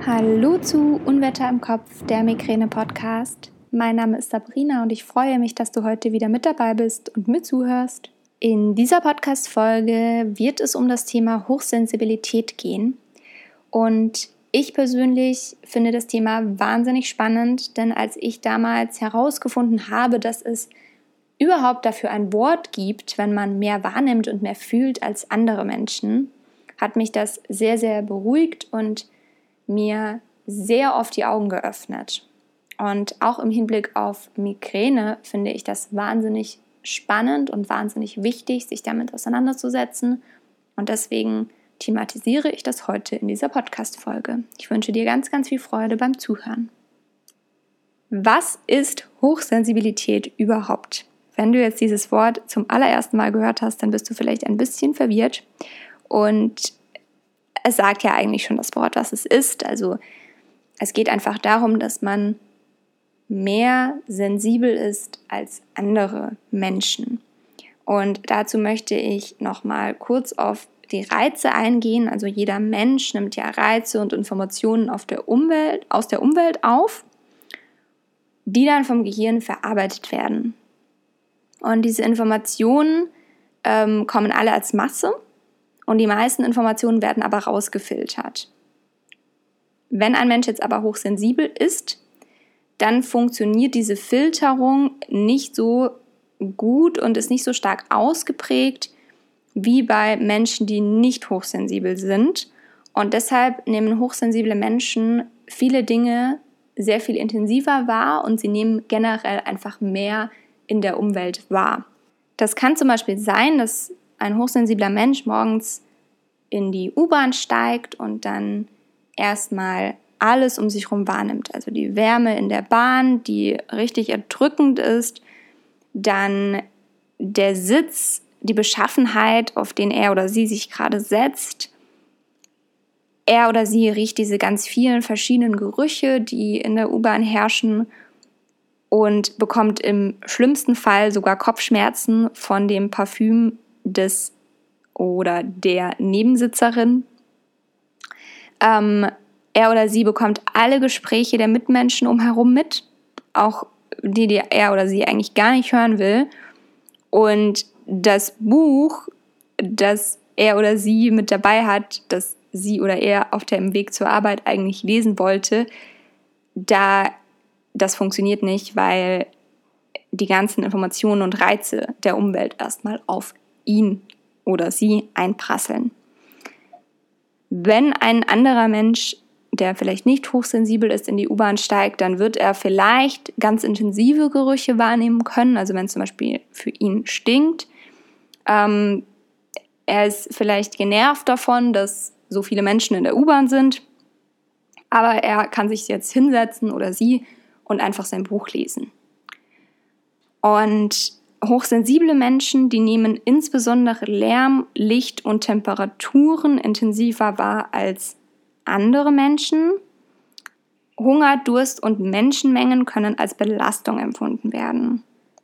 Hallo zu Unwetter im Kopf, der Migräne-Podcast. Mein Name ist Sabrina und ich freue mich, dass du heute wieder mit dabei bist und mir zuhörst. In dieser Podcast-Folge wird es um das Thema Hochsensibilität gehen. Und ich persönlich finde das Thema wahnsinnig spannend, denn als ich damals herausgefunden habe, dass es überhaupt dafür ein Wort gibt, wenn man mehr wahrnimmt und mehr fühlt als andere Menschen, hat mich das sehr, sehr beruhigt und mir sehr oft die Augen geöffnet. Und auch im Hinblick auf Migräne finde ich das wahnsinnig spannend und wahnsinnig wichtig, sich damit auseinanderzusetzen. Und deswegen thematisiere ich das heute in dieser Podcast-Folge. Ich wünsche dir ganz, ganz viel Freude beim Zuhören. Was ist Hochsensibilität überhaupt? Wenn du jetzt dieses Wort zum allerersten Mal gehört hast, dann bist du vielleicht ein bisschen verwirrt. Und es sagt ja eigentlich schon das Wort, was es ist. Also es geht einfach darum, dass man mehr sensibel ist als andere Menschen. Und dazu möchte ich nochmal kurz auf die Reize eingehen. Also jeder Mensch nimmt ja Reize und Informationen aus der Umwelt auf, die dann vom Gehirn verarbeitet werden. Und diese Informationen kommen alle als Masse. Und die meisten Informationen werden aber rausgefiltert. Wenn ein Mensch jetzt aber hochsensibel ist, dann funktioniert diese Filterung nicht so gut und ist nicht so stark ausgeprägt wie bei Menschen, die nicht hochsensibel sind. Und deshalb nehmen hochsensible Menschen viele Dinge sehr viel intensiver wahr und sie nehmen generell einfach mehr in der Umwelt wahr. Das kann zum Beispiel sein, dass ein hochsensibler Mensch morgens in die U-Bahn steigt und dann erstmal alles um sich herum wahrnimmt. Also die Wärme in der Bahn, die richtig erdrückend ist, dann der Sitz, die Beschaffenheit, auf den er oder sie sich gerade setzt. Er oder sie riecht diese ganz vielen verschiedenen Gerüche, die in der U-Bahn herrschen und bekommt im schlimmsten Fall sogar Kopfschmerzen von dem Parfüm des oder der Nebensitzerin. Er oder sie bekommt alle Gespräche der Mitmenschen umherum mit, auch die er oder sie eigentlich gar nicht hören will. Und das Buch, das er oder sie mit dabei hat, das sie oder er auf dem Weg zur Arbeit eigentlich lesen wollte, das funktioniert nicht, weil die ganzen Informationen und Reize der Umwelt erstmal auf ihn oder sie einprasseln. Wenn ein anderer Mensch, der vielleicht nicht hochsensibel ist, in die U-Bahn steigt, dann wird er vielleicht ganz intensive Gerüche wahrnehmen können, also wenn es zum Beispiel für ihn stinkt. Er ist vielleicht genervt davon, dass so viele Menschen in der U-Bahn sind, aber er kann sich jetzt hinsetzen oder sie und einfach sein Buch lesen. Und hochsensible Menschen, die nehmen insbesondere Lärm, Licht und Temperaturen intensiver wahr als andere Menschen. Hunger, Durst und Menschenmengen können als Belastung empfunden werden.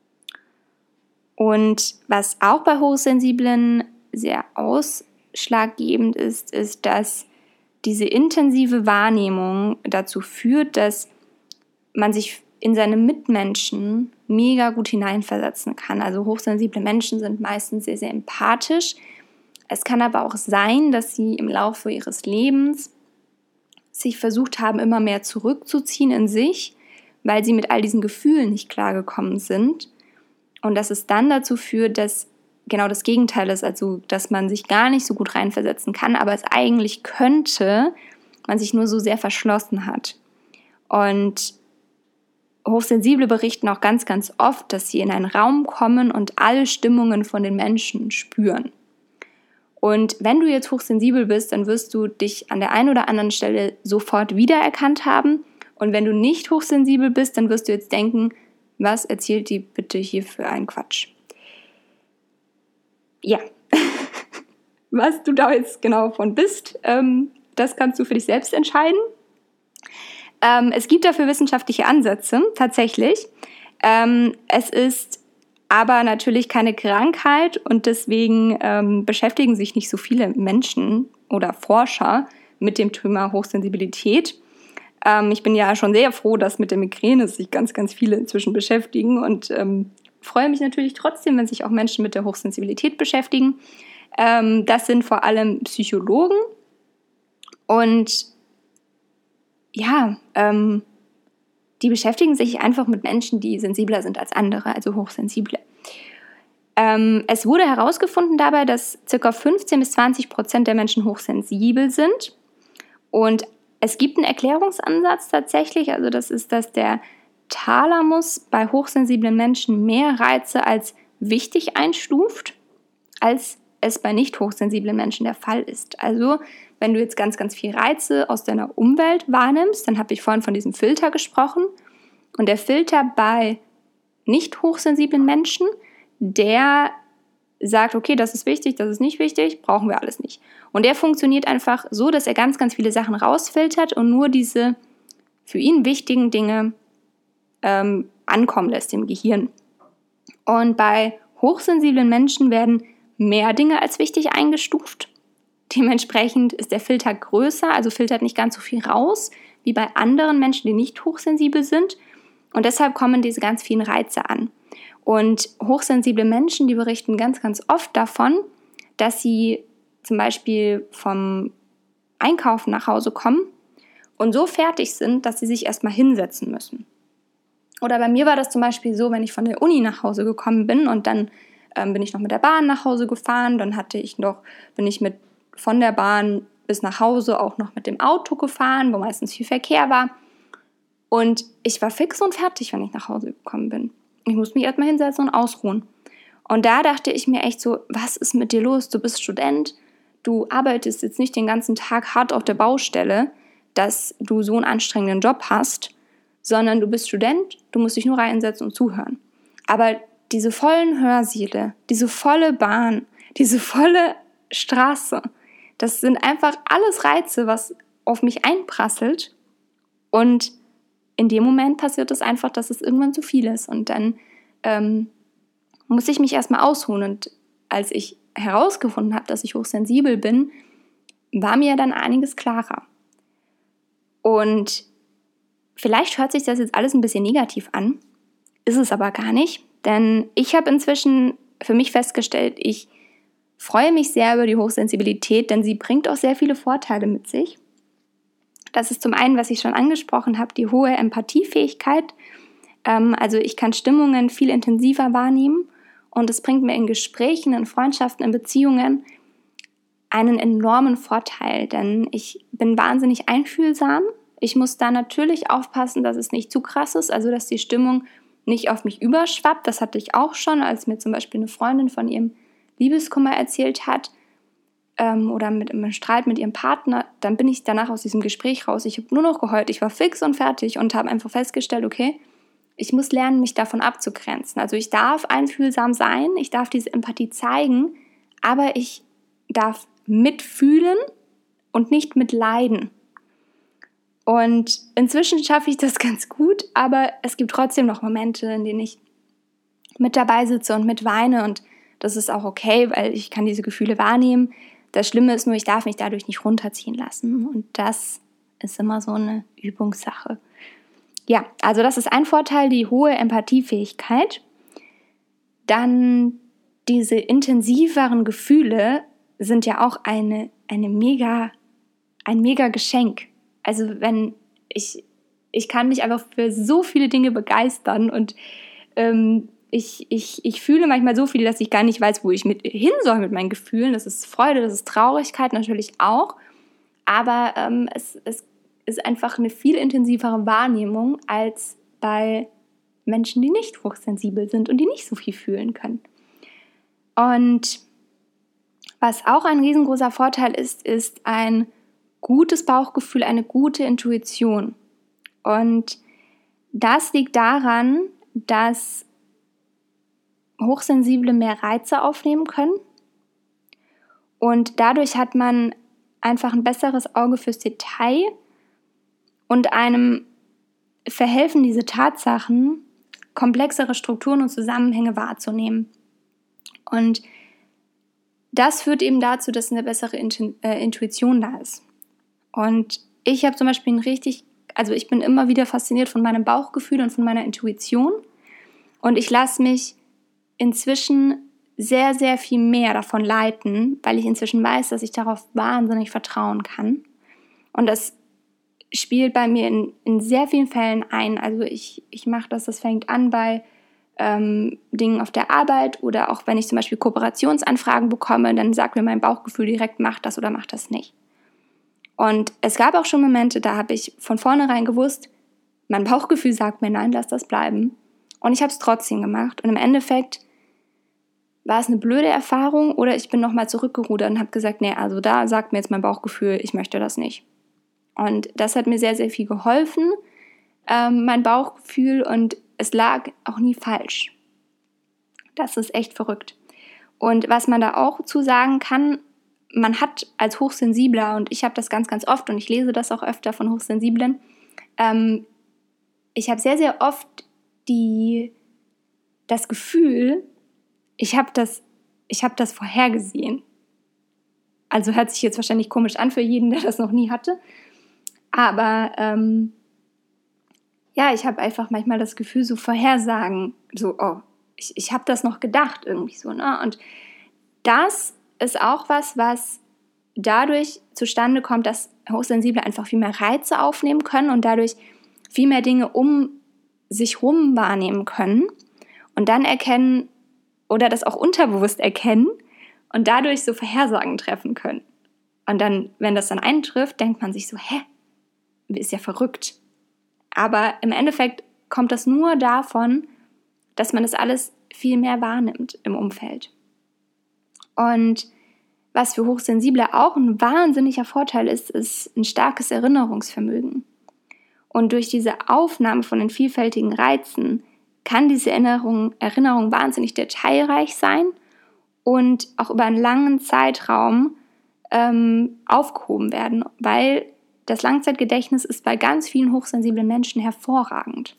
Und was auch bei Hochsensiblen sehr ausschlaggebend ist, ist, dass diese intensive Wahrnehmung dazu führt, dass man sich in seine Mitmenschen mega gut hineinversetzen kann. Also hochsensible Menschen sind meistens sehr, sehr empathisch. Es kann aber auch sein, dass sie im Laufe ihres Lebens sich versucht haben, immer mehr zurückzuziehen in sich, weil sie mit all diesen Gefühlen nicht klargekommen sind. Und dass es dann dazu führt, dass genau das Gegenteil ist, also dass man sich gar nicht so gut reinversetzen kann, aber es eigentlich könnte, man sich nur so sehr verschlossen hat. Und Hochsensible berichten auch ganz, ganz oft, dass sie in einen Raum kommen und alle Stimmungen von den Menschen spüren. Und wenn du jetzt hochsensibel bist, dann wirst du dich an der einen oder anderen Stelle sofort wiedererkannt haben. Und wenn du nicht hochsensibel bist, dann wirst du jetzt denken, was erzählt die bitte hier für einen Quatsch? Ja, was du da jetzt genau von bist, das kannst du für dich selbst entscheiden. Es gibt dafür wissenschaftliche Ansätze, tatsächlich. Es ist aber natürlich keine Krankheit und deswegen beschäftigen sich nicht so viele Menschen oder Forscher mit dem Thema Hochsensibilität. Ich bin ja schon sehr froh, dass mit der Migräne sich ganz, ganz viele inzwischen beschäftigen und freue mich natürlich trotzdem, wenn sich auch Menschen mit der Hochsensibilität beschäftigen. Das sind vor allem Psychologen und ja, die beschäftigen sich einfach mit Menschen, die sensibler sind als andere, also Hochsensible. Es wurde herausgefunden dabei, dass ca. 15-20% der Menschen hochsensibel sind. Und es gibt einen Erklärungsansatz tatsächlich, also das ist, dass der Thalamus bei hochsensiblen Menschen mehr Reize als wichtig einstuft, als es bei nicht hochsensiblen Menschen der Fall ist. Also wenn du jetzt ganz, ganz viel Reize aus deiner Umwelt wahrnimmst, dann habe ich vorhin von diesem Filter gesprochen. Und der Filter bei nicht hochsensiblen Menschen, der sagt, okay, das ist wichtig, das ist nicht wichtig, brauchen wir alles nicht. Und der funktioniert einfach so, dass er ganz, ganz viele Sachen rausfiltert und nur diese für ihn wichtigen Dinge ankommen lässt im Gehirn. Und bei hochsensiblen Menschen werden mehr Dinge als wichtig eingestuft. Dementsprechend ist der Filter größer, also filtert nicht ganz so viel raus, wie bei anderen Menschen, die nicht hochsensibel sind. Und deshalb kommen diese ganz vielen Reize an. Und hochsensible Menschen, die berichten ganz, ganz oft davon, dass sie zum Beispiel vom Einkaufen nach Hause kommen und so fertig sind, dass sie sich erstmal hinsetzen müssen. Oder bei mir war das zum Beispiel so, wenn ich von der Uni nach Hause gekommen bin und dann bin ich noch mit der Bahn nach Hause gefahren, dann bin ich von der Bahn bis nach Hause auch noch mit dem Auto gefahren, wo meistens viel Verkehr war. Und ich war fix und fertig, wenn ich nach Hause gekommen bin. Ich musste mich erstmal hinsetzen und ausruhen. Und da dachte ich mir echt so, was ist mit dir los? Du bist Student, du arbeitest jetzt nicht den ganzen Tag hart auf der Baustelle, dass du so einen anstrengenden Job hast, sondern du bist Student, du musst dich nur reinsetzen und zuhören. Aber diese vollen Hörsäle, diese volle Bahn, diese volle Straße, das sind einfach alles Reize, was auf mich einprasselt. Und in dem Moment passiert es einfach, dass es irgendwann zu viel ist. Und dann muss ich mich erstmal ausruhen. Und als ich herausgefunden habe, dass ich hochsensibel bin, war mir dann einiges klarer. Und vielleicht hört sich das jetzt alles ein bisschen negativ an, ist es aber gar nicht. Denn ich habe inzwischen für mich festgestellt, ich freue mich sehr über die Hochsensibilität, denn sie bringt auch sehr viele Vorteile mit sich. Das ist zum einen, was ich schon angesprochen habe, die hohe Empathiefähigkeit. Also ich kann Stimmungen viel intensiver wahrnehmen und es bringt mir in Gesprächen, in Freundschaften, in Beziehungen einen enormen Vorteil, denn ich bin wahnsinnig einfühlsam. Ich muss da natürlich aufpassen, dass es nicht zu krass ist, also dass die Stimmung nicht auf mich überschwappt. Das hatte ich auch schon, als mir zum Beispiel eine Freundin von ihrem Liebeskummer erzählt hat oder mit einem Streit mit ihrem Partner. Dann bin ich danach aus diesem Gespräch raus. Ich habe nur noch geheult. Ich war fix und fertig und habe einfach festgestellt, okay, ich muss lernen, mich davon abzugrenzen. Also ich darf einfühlsam sein, ich darf diese Empathie zeigen, aber ich darf mitfühlen und nicht mitleiden. Und inzwischen schaffe ich das ganz gut, aber es gibt trotzdem noch Momente, in denen ich mit dabei sitze und mit weine und das ist auch okay, weil ich kann diese Gefühle wahrnehmen. Das Schlimme ist nur, ich darf mich dadurch nicht runterziehen lassen und das ist immer so eine Übungssache. Ja, also das ist ein Vorteil, die hohe Empathiefähigkeit. Dann diese intensiveren Gefühle sind ja auch ein mega Geschenk. Also wenn ich kann mich einfach für so viele Dinge begeistern und ich fühle manchmal so viel, dass ich gar nicht weiß, wo ich hin soll mit meinen Gefühlen. Das ist Freude, das ist Traurigkeit natürlich auch, aber es ist einfach eine viel intensivere Wahrnehmung als bei Menschen, die nicht hochsensibel sind und die nicht so viel fühlen können. Und was auch ein riesengroßer Vorteil ist ein gutes Bauchgefühl, eine gute Intuition. Und das liegt daran, dass Hochsensible mehr Reize aufnehmen können und dadurch hat man einfach ein besseres Auge fürs Detail und einem verhelfen diese Tatsachen, komplexere Strukturen und Zusammenhänge wahrzunehmen. Und das führt eben dazu, dass eine bessere Intuition da ist. Und ich habe zum Beispiel ein richtig Also ich bin immer wieder fasziniert von meinem Bauchgefühl und von meiner Intuition. Und ich lasse mich inzwischen sehr, sehr viel mehr davon leiten, weil ich inzwischen weiß, dass ich darauf wahnsinnig vertrauen kann. Und das spielt bei mir in sehr vielen Fällen ein. Also ich mache das fängt an bei Dingen auf der Arbeit oder auch wenn ich zum Beispiel Kooperationsanfragen bekomme, dann sagt mir mein Bauchgefühl direkt, mach das oder mach das nicht. Und es gab auch schon Momente, da habe ich von vornherein gewusst, mein Bauchgefühl sagt mir, nein, lass das bleiben. Und ich habe es trotzdem gemacht. Und im Endeffekt war es eine blöde Erfahrung oder ich bin nochmal zurückgerudert und habe gesagt, nee, also da sagt mir jetzt mein Bauchgefühl, ich möchte das nicht. Und das hat mir sehr, sehr viel geholfen, mein Bauchgefühl, und es lag auch nie falsch. Das ist echt verrückt. Und was man da auch zu sagen kann, man hat als Hochsensibler, und ich habe das ganz, ganz oft und ich lese das auch öfter von Hochsensiblen, ich habe sehr, sehr oft das Gefühl, ich habe das vorhergesehen. Also hört sich jetzt wahrscheinlich komisch an für jeden, der das noch nie hatte. Aber ich habe einfach manchmal das Gefühl, so Vorhersagen, so, ich habe das noch gedacht irgendwie so, ne? Und das ist auch was dadurch zustande kommt, dass Hochsensible einfach viel mehr Reize aufnehmen können und dadurch viel mehr Dinge um sich rum wahrnehmen können und dann erkennen oder das auch unterbewusst erkennen und dadurch so Vorhersagen treffen können. Und dann, wenn das dann eintrifft, denkt man sich so, ist ja verrückt. Aber im Endeffekt kommt das nur davon, dass man das alles viel mehr wahrnimmt im Umfeld. Und was für Hochsensible auch ein wahnsinniger Vorteil ist ein starkes Erinnerungsvermögen. Und durch diese Aufnahme von den vielfältigen Reizen kann diese Erinnerung wahnsinnig detailreich sein und auch über einen langen Zeitraum aufgehoben werden, weil das Langzeitgedächtnis ist bei ganz vielen hochsensiblen Menschen hervorragend.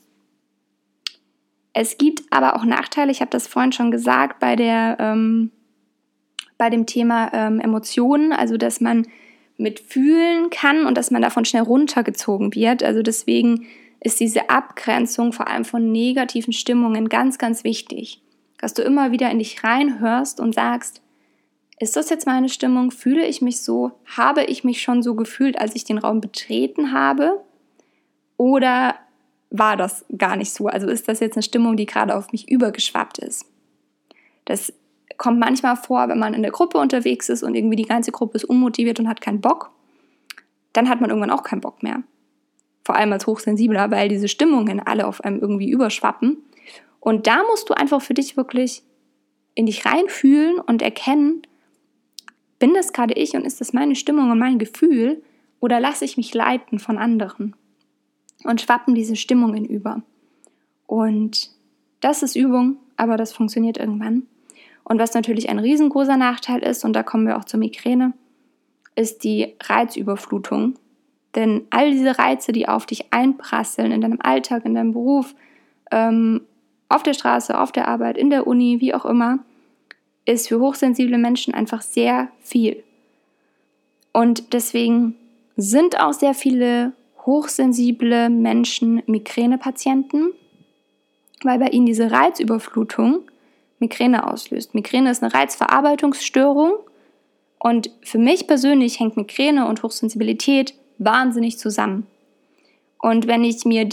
Es gibt aber auch Nachteile, ich habe das vorhin schon gesagt, bei dem Thema Emotionen, also dass man mitfühlen kann und dass man davon schnell runtergezogen wird. Also deswegen ist diese Abgrenzung vor allem von negativen Stimmungen ganz, ganz wichtig. Dass du immer wieder in dich reinhörst und sagst, ist das jetzt meine Stimmung? Fühle ich mich so? Habe ich mich schon so gefühlt, als ich den Raum betreten habe? Oder war das gar nicht so? Also ist das jetzt eine Stimmung, die gerade auf mich übergeschwappt ist? Das kommt manchmal vor, wenn man in der Gruppe unterwegs ist und irgendwie die ganze Gruppe ist unmotiviert und hat keinen Bock. Dann hat man irgendwann auch keinen Bock mehr. Vor allem als Hochsensibler, weil diese Stimmungen alle auf einem irgendwie überschwappen. Und da musst du einfach für dich wirklich in dich reinfühlen und erkennen, bin das gerade ich und ist das meine Stimmung und mein Gefühl oder lasse ich mich leiten von anderen und schwappen diese Stimmungen über. Und das ist Übung, aber das funktioniert irgendwann. Und was natürlich ein riesengroßer Nachteil ist, und da kommen wir auch zur Migräne, ist die Reizüberflutung. Denn all diese Reize, die auf dich einprasseln, in deinem Alltag, in deinem Beruf, auf der Straße, auf der Arbeit, in der Uni, wie auch immer, ist für hochsensible Menschen einfach sehr viel. Und deswegen sind auch sehr viele hochsensible Menschen Migränepatienten, weil bei ihnen diese Reizüberflutung Migräne auslöst. Migräne ist eine Reizverarbeitungsstörung und für mich persönlich hängt Migräne und Hochsensibilität wahnsinnig zusammen. Und wenn ich mir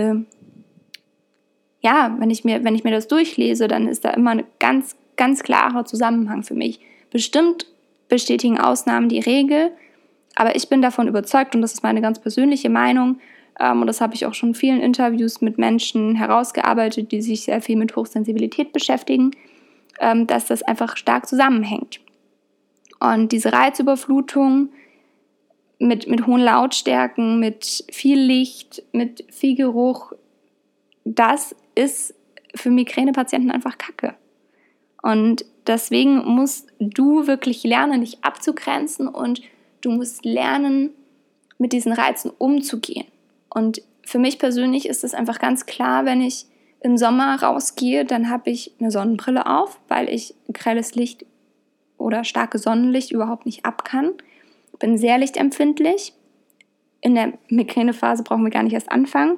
wenn ich mir das durchlese, dann ist da immer ein ganz, ganz klarer Zusammenhang für mich. Bestimmt bestätigen Ausnahmen die Regel, aber ich bin davon überzeugt, und das ist meine ganz persönliche Meinung, und das habe ich auch schon in vielen Interviews mit Menschen herausgearbeitet, die sich sehr viel mit Hochsensibilität beschäftigen, dass das einfach stark zusammenhängt. Und diese Reizüberflutung mit hohen Lautstärken, mit viel Licht, mit viel Geruch, das ist für Migränepatienten einfach Kacke. Und deswegen musst du wirklich lernen, dich abzugrenzen, und du musst lernen, mit diesen Reizen umzugehen. Und für mich persönlich ist es einfach ganz klar, wenn ich im Sommer rausgehe, dann habe ich eine Sonnenbrille auf, weil ich grelles Licht oder starke Sonnenlicht überhaupt nicht ab kann. Ich bin sehr lichtempfindlich. in der Migränephase brauchen wir gar nicht erst anfangen.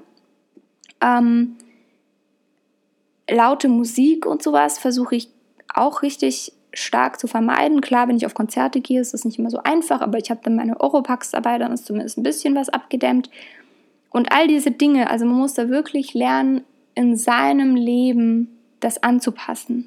Laute Musik und sowas versuche ich auch richtig stark zu vermeiden. Klar, wenn ich auf Konzerte gehe, ist das nicht immer so einfach, aber ich habe dann meine Oropax dabei, dann ist zumindest ein bisschen was abgedämmt. Und all diese Dinge, also man muss da wirklich lernen, in seinem Leben das anzupassen.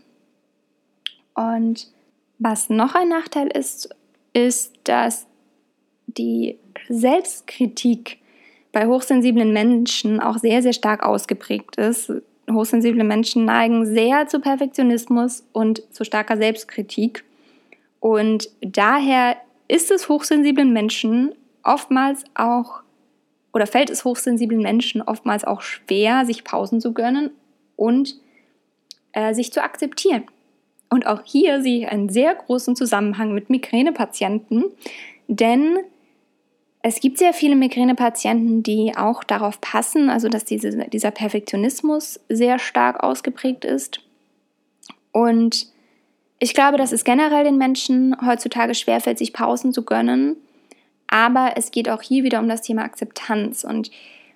Und was noch ein Nachteil ist, dass die Selbstkritik bei hochsensiblen Menschen auch sehr, sehr stark ausgeprägt ist. Hochsensible Menschen neigen sehr zu Perfektionismus und zu starker Selbstkritik. Und daher ist es hochsensiblen Menschen oftmals auch, oder fällt es hochsensiblen Menschen oftmals auch schwer, sich Pausen zu gönnen und sich zu akzeptieren. Und auch hier sehe ich einen sehr großen Zusammenhang mit Migränepatienten, denn es gibt sehr viele Migränepatienten, die auch darauf passen, also dass dieser Perfektionismus sehr stark ausgeprägt ist. Und ich glaube, dass es generell den Menschen heutzutage schwerfällt, sich Pausen zu gönnen. Aber es geht auch hier wieder um das Thema Akzeptanz. Und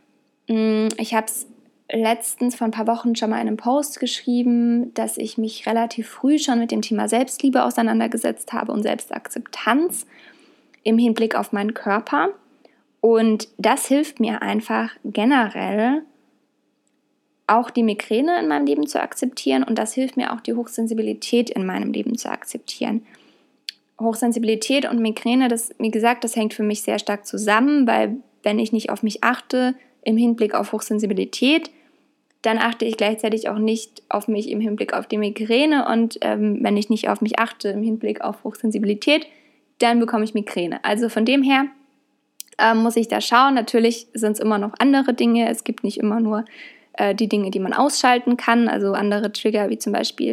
ich habe es letztens vor ein paar Wochen schon mal in einem Post geschrieben, dass ich mich relativ früh schon mit dem Thema Selbstliebe auseinandergesetzt habe und Selbstakzeptanz im Hinblick auf meinen Körper. Und das hilft mir einfach generell, auch die Migräne in meinem Leben zu akzeptieren, und das hilft mir auch, die Hochsensibilität in meinem Leben zu akzeptieren. Hochsensibilität und Migräne, das, wie gesagt, das hängt für mich sehr stark zusammen, weil wenn ich nicht auf mich achte im Hinblick auf Hochsensibilität, dann achte ich gleichzeitig auch nicht auf mich im Hinblick auf die Migräne, und wenn ich nicht auf mich achte im Hinblick auf Hochsensibilität, dann bekomme ich Migräne. Also von dem her muss ich da schauen. Natürlich sind es immer noch andere Dinge. Es gibt nicht immer nur die Dinge, die man ausschalten kann, also andere Trigger wie zum Beispiel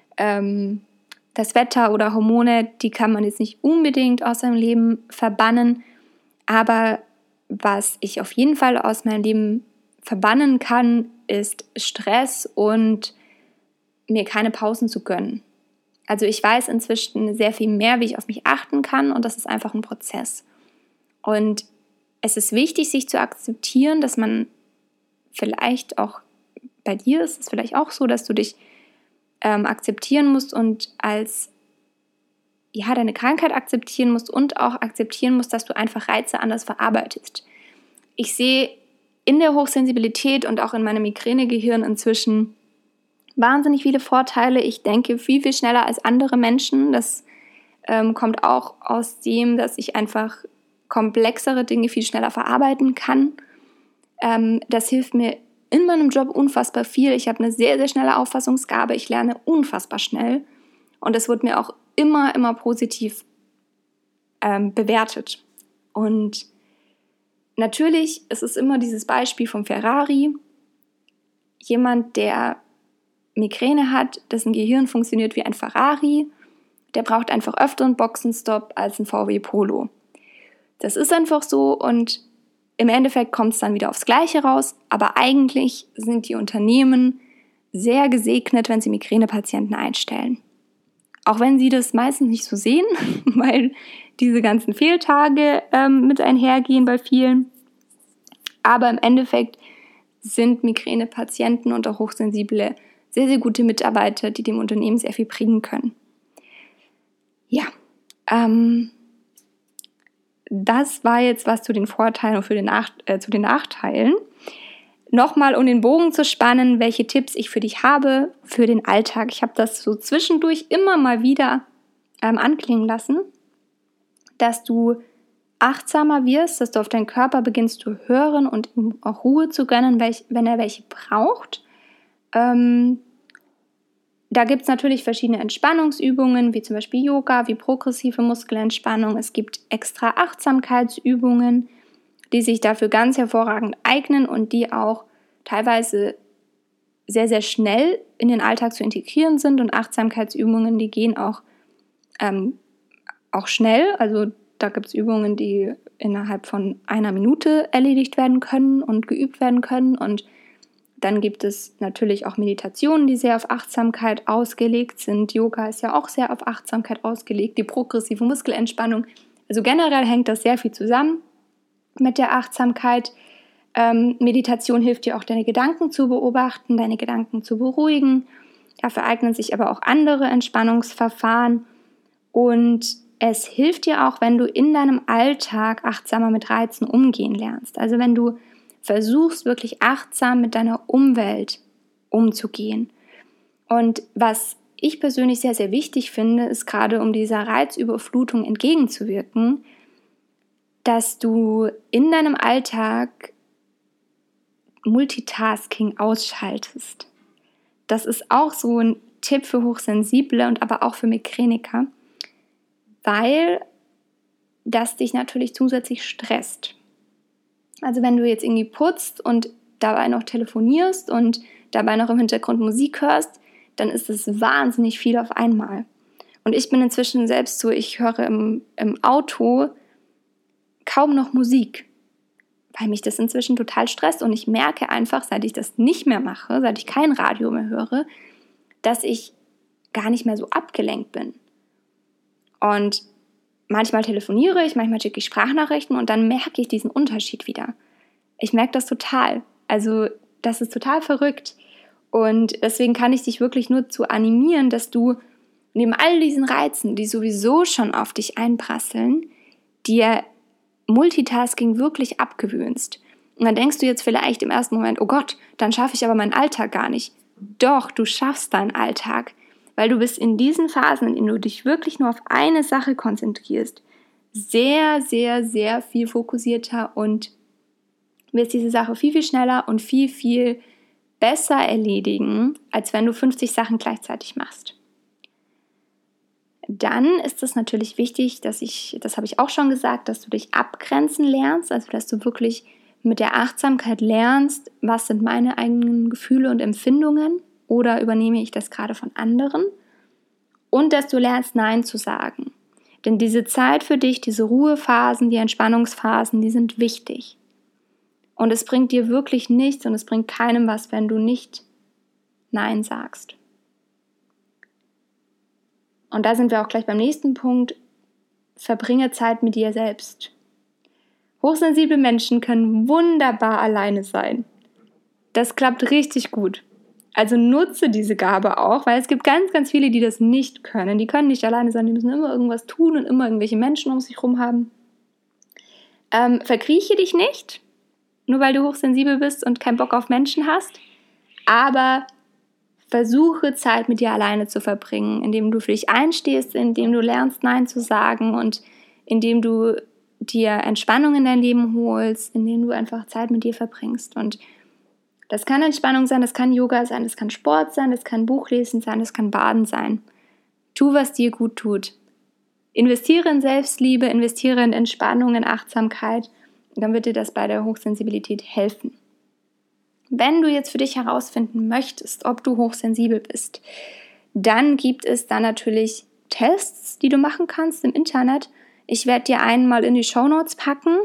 das Wetter oder Hormone, die kann man jetzt nicht unbedingt aus seinem Leben verbannen. Aber was ich auf jeden Fall aus meinem Leben verbannen kann, ist Stress und mir keine Pausen zu gönnen. Also ich weiß inzwischen sehr viel mehr, wie ich auf mich achten kann, und das ist einfach ein Prozess. Und es ist wichtig, sich zu akzeptieren, dass man vielleicht auch, bei dir ist es vielleicht auch so, dass du dich akzeptieren musst und als deine Krankheit akzeptieren musst und auch akzeptieren musst, dass du einfach Reize anders verarbeitest. Ich sehe in der Hochsensibilität und auch in meinem Migränegehirn inzwischen wahnsinnig viele Vorteile. Ich denke viel, viel schneller als andere Menschen. Das kommt auch aus dem, dass ich einfach komplexere Dinge viel schneller verarbeiten kann. Das hilft mir in meinem Job unfassbar viel. Ich habe eine sehr, sehr schnelle Auffassungsgabe. Ich lerne unfassbar schnell. Und das wird mir auch immer, immer positiv bewertet. Und natürlich ist es immer dieses Beispiel vom Ferrari. Jemand, der Migräne hat, dessen Gehirn funktioniert wie ein Ferrari, der braucht einfach öfter einen Boxenstopp als ein VW Polo. Das ist einfach so, und im Endeffekt kommt es dann wieder aufs Gleiche raus, aber eigentlich sind die Unternehmen sehr gesegnet, wenn sie Migränepatienten einstellen. Auch wenn sie das meistens nicht so sehen, weil diese ganzen Fehltage mit einhergehen bei vielen. Aber im Endeffekt sind Migränepatienten und auch Hochsensible sehr, sehr gute Mitarbeiter, die dem Unternehmen sehr viel bringen können. Ja, das war jetzt was zu den Vorteilen und zu den Nachteilen. Nochmal, um den Bogen zu spannen, welche Tipps ich für dich habe für den Alltag. Ich habe das so zwischendurch immer mal wieder anklingen lassen, dass du achtsamer wirst, dass du auf deinen Körper beginnst zu hören und ihm auch Ruhe zu gönnen, wenn er welche braucht. Da gibt es natürlich verschiedene Entspannungsübungen, wie zum Beispiel Yoga, wie progressive Muskelentspannung. Es gibt extra Achtsamkeitsübungen, die sich dafür ganz hervorragend eignen und die auch teilweise sehr, sehr schnell in den Alltag zu integrieren sind. Und Achtsamkeitsübungen, die gehen auch schnell. Also da gibt es Übungen, die innerhalb von 1 Minute erledigt werden können und geübt werden können. Und dann gibt es natürlich auch Meditationen, die sehr auf Achtsamkeit ausgelegt sind. Yoga ist ja auch sehr auf Achtsamkeit ausgelegt. Die progressive Muskelentspannung. Also generell hängt das sehr viel zusammen. mit der Achtsamkeit. Meditation hilft dir auch, deine Gedanken zu beobachten, deine Gedanken zu beruhigen. Dafür eignen sich aber auch andere Entspannungsverfahren. Und es hilft dir auch, wenn du in deinem Alltag achtsamer mit Reizen umgehen lernst. Also wenn du versuchst, wirklich achtsam mit deiner Umwelt umzugehen. Und was ich persönlich sehr, sehr wichtig finde, ist gerade, um dieser Reizüberflutung entgegenzuwirken, dass du in deinem Alltag Multitasking ausschaltest. Das ist auch so ein Tipp für Hochsensible und aber auch für Migräniker, weil das dich natürlich zusätzlich stresst. Also wenn du jetzt irgendwie putzt und dabei noch telefonierst und dabei noch im Hintergrund Musik hörst, dann ist es wahnsinnig viel auf einmal. Und ich bin inzwischen selbst so, ich höre im Auto kaum noch Musik, weil mich das inzwischen total stresst. Und ich merke einfach, seit ich das nicht mehr mache, seit ich kein Radio mehr höre, dass ich gar nicht mehr so abgelenkt bin. Und manchmal telefoniere ich, manchmal schicke ich Sprachnachrichten und dann merke ich diesen Unterschied wieder. Ich merke das total. Also das ist total verrückt. Und deswegen kann ich dich wirklich nur zu animieren, dass du neben all diesen Reizen, die sowieso schon auf dich einprasseln, dir Multitasking wirklich abgewöhnst. Und dann denkst du jetzt vielleicht im ersten Moment, oh Gott, dann schaffe ich aber meinen Alltag gar nicht. Doch, du schaffst deinen Alltag, weil du bist in diesen Phasen, in denen du dich wirklich nur auf eine Sache konzentrierst, sehr, sehr, sehr viel fokussierter und wirst diese Sache viel, viel schneller und viel, viel besser erledigen, als wenn du 50 Sachen gleichzeitig machst. Dann ist es natürlich wichtig, das habe ich auch schon gesagt, dass du dich abgrenzen lernst, also dass du wirklich mit der Achtsamkeit lernst, was sind meine eigenen Gefühle und Empfindungen oder übernehme ich das gerade von anderen, und dass du lernst, Nein zu sagen. Denn diese Zeit für dich, diese Ruhephasen, die Entspannungsphasen, die sind wichtig. Und es bringt dir wirklich nichts und es bringt keinem was, wenn du nicht Nein sagst. Und da sind wir auch gleich beim nächsten Punkt. Verbringe Zeit mit dir selbst. Hochsensible Menschen können wunderbar alleine sein. Das klappt richtig gut. Also nutze diese Gabe auch, weil es gibt ganz, ganz viele, die das nicht können. Die können nicht alleine sein, die müssen immer irgendwas tun und immer irgendwelche Menschen um sich herum haben. Verkrieche dich nicht, nur weil du hochsensibel bist und keinen Bock auf Menschen hast, aber versuche Zeit mit dir alleine zu verbringen, indem du für dich einstehst, indem du lernst, Nein zu sagen und indem du dir Entspannung in dein Leben holst, indem du einfach Zeit mit dir verbringst. Und das kann Entspannung sein, das kann Yoga sein, das kann Sport sein, das kann Buchlesen sein, das kann Baden sein. Tu, was dir gut tut. Investiere in Selbstliebe, investiere in Entspannung, in Achtsamkeit, dann wird dir das bei der Hochsensibilität helfen. Wenn du jetzt für dich herausfinden möchtest, ob du hochsensibel bist, dann gibt es da natürlich Tests, die du machen kannst im Internet. Ich werde dir einen mal in die Shownotes packen.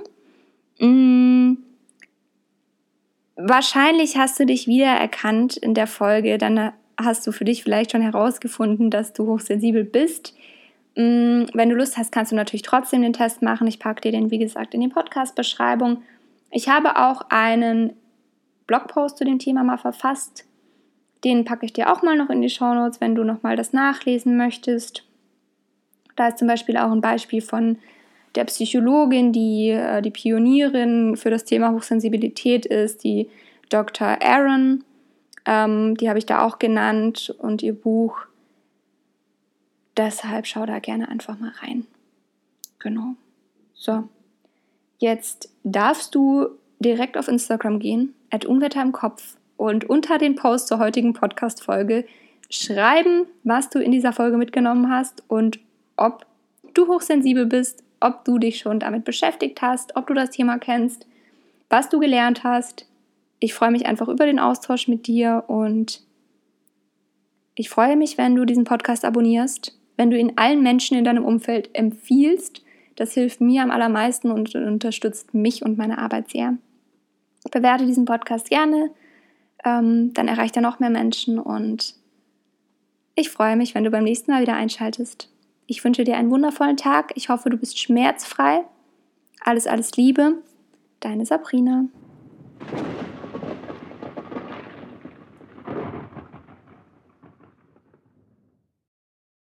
Wahrscheinlich hast du dich wiedererkannt in der Folge, dann hast du für dich vielleicht schon herausgefunden, dass du hochsensibel bist. Wenn du Lust hast, kannst du natürlich trotzdem den Test machen. Ich packe dir den, wie gesagt, in die Podcast-Beschreibung. Ich habe auch einen Blogpost zu dem Thema mal verfasst. Den packe ich dir auch mal noch in die Shownotes, wenn du nochmal das nachlesen möchtest. Da ist zum Beispiel auch ein Beispiel von der Psychologin, die die Pionierin für das Thema Hochsensibilität ist, die Dr. Aaron. Die habe ich da auch genannt und ihr Buch. Deshalb schau da gerne einfach mal rein. Genau. So, jetzt darfst du direkt auf Instagram gehen, @Unwetter im Kopf, und unter den Post zur heutigen Podcast-Folge schreiben, was du in dieser Folge mitgenommen hast und ob du hochsensibel bist, ob du dich schon damit beschäftigt hast, ob du das Thema kennst, was du gelernt hast. Ich freue mich einfach über den Austausch mit dir und ich freue mich, wenn du diesen Podcast abonnierst, wenn du ihn allen Menschen in deinem Umfeld empfiehlst. Das hilft mir am allermeisten und unterstützt mich und meine Arbeit sehr. Bewerte diesen Podcast gerne, dann erreicht er noch mehr Menschen und ich freue mich, wenn du beim nächsten Mal wieder einschaltest. Ich wünsche dir einen wundervollen Tag. Ich hoffe, du bist schmerzfrei. Alles, alles Liebe. Deine Sabrina.